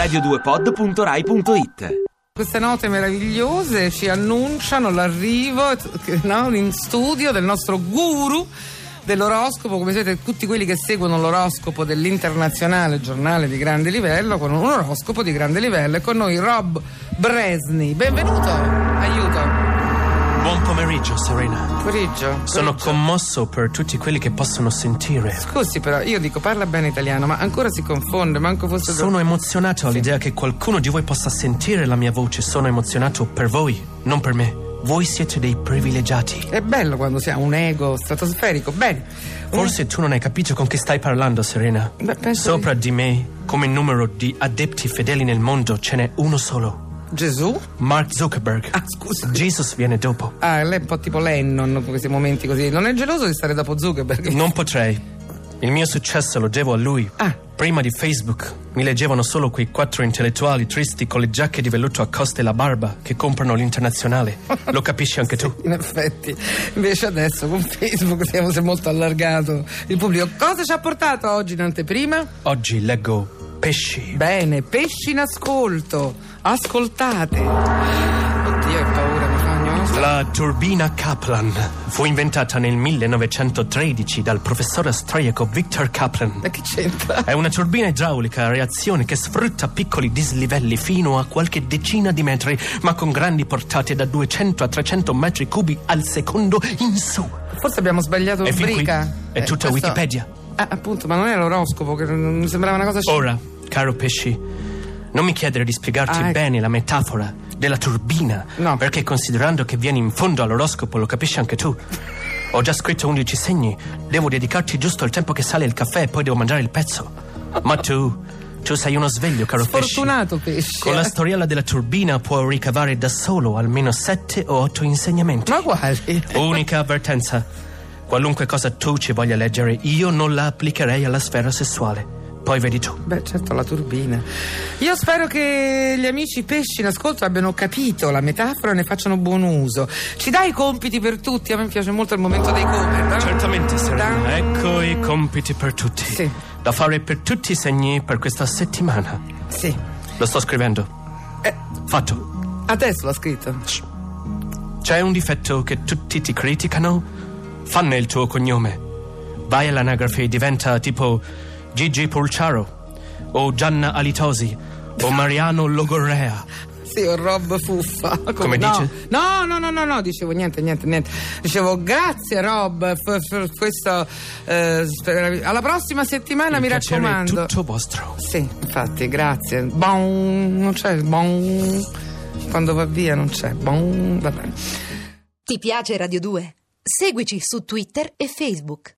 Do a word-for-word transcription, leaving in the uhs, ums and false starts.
radio due pod punto rai punto it. Queste note meravigliose ci annunciano l'arrivo, no, in studio del nostro guru dell'oroscopo. Come sapete, tutti quelli che seguono l'oroscopo dell'Internazionale, giornale di grande livello, con un oroscopo di grande livello, e con noi Rob Bresney. Benvenuto, aiuto. Buon pomeriggio, Serena. Pomeriggio. Sono commosso per tutti quelli che possono sentire. Scusi, però, io dico parla bene italiano, ma ancora si confonde, manco fosse... Sono emozionato all'idea che qualcuno di voi possa sentire la mia voce. Sono emozionato per voi, non per me. Voi siete dei privilegiati. È bello quando si ha un ego stratosferico. Bene. Forse tu non hai capito con chi stai parlando, Serena. Beh, penso Sopra di... di me, come numero di adepti fedeli nel mondo, ce n'è uno solo. Gesù? Mark Zuckerberg. Ah, scusa. Jesus viene dopo. Ah, lei è un po' tipo Lennon con questi momenti così. Non è geloso di stare dopo Zuckerberg? Non potrei. Il mio successo lo devo a lui. Ah. Prima di Facebook mi leggevano solo quei quattro intellettuali tristi con le giacche di velluto a coste e la barba che comprano l'Internazionale. Lo capisci anche tu? In effetti. Invece adesso con Facebook siamo, si è molto allargato il pubblico. Cosa ci ha portato oggi in anteprima? Oggi leggo pesci. Bene, pesci in ascolto. Ascoltate. Oddio, che paura mi fa, no? La turbina Kaplan fu inventata nel millenovecentotredici dal professore austriaco Victor Kaplan. Ma che c'entra? È una turbina idraulica a reazione che sfrutta piccoli dislivelli fino a qualche decina di metri, ma con grandi portate da duecento a trecento metri cubi al secondo in su. Forse abbiamo sbagliato E fin qui rubrica. è tutta Eh, questo- Wikipedia. Ah, appunto, ma non è l'oroscopo, che mi sembrava una cosa... sci- Ora, caro pesci, non mi chiedere di spiegarti Ah, ecco. bene la metafora della turbina, No. perché considerando che vieni in fondo all'oroscopo lo capisci anche tu. Ho già scritto undici segni, devo dedicarti giusto il tempo che sale il caffè e poi devo mangiare il pezzo. Ma tu, tu sei uno sveglio, caro pesci. Sfortunato pesci. Con la eh. storiella della turbina puoi ricavare da solo almeno sette o otto insegnamenti. Ma quali? Unica avvertenza. Qualunque cosa tu ci voglia leggere, io non la applicherei alla sfera sessuale. Poi vedi tu. Beh, certo, la turbina. Io spero che gli amici pesci in ascolto abbiano capito la metafora e ne facciano buon uso. Ci dai i compiti per tutti? A me piace molto il momento dei compiti. Certamente, Serena. Da- Ecco i compiti per tutti. Sì. Da fare per tutti i segni per questa settimana. Sì. Lo sto scrivendo. Eh, Fatto. adesso l'ha scritto. C'è un difetto che tutti ti criticano? Fanne il tuo cognome. Vai all'anagrafe e diventa tipo Gigi Pulciaro o Gianna Alitosi o Mariano Logorrea. Sì, o Rob Fuffa. Come no. dice? No, no, no, no, no, dicevo niente, niente, niente. Dicevo grazie Rob per, per questo. eh, sper- alla prossima settimana, Il mi piacere è raccomando. tutto vostro. Sì, infatti, grazie. Bon, non c'è il bon. Quando va via non c'è. Bon, va bene. Ti piace Radio due? Seguici su Twitter e Facebook.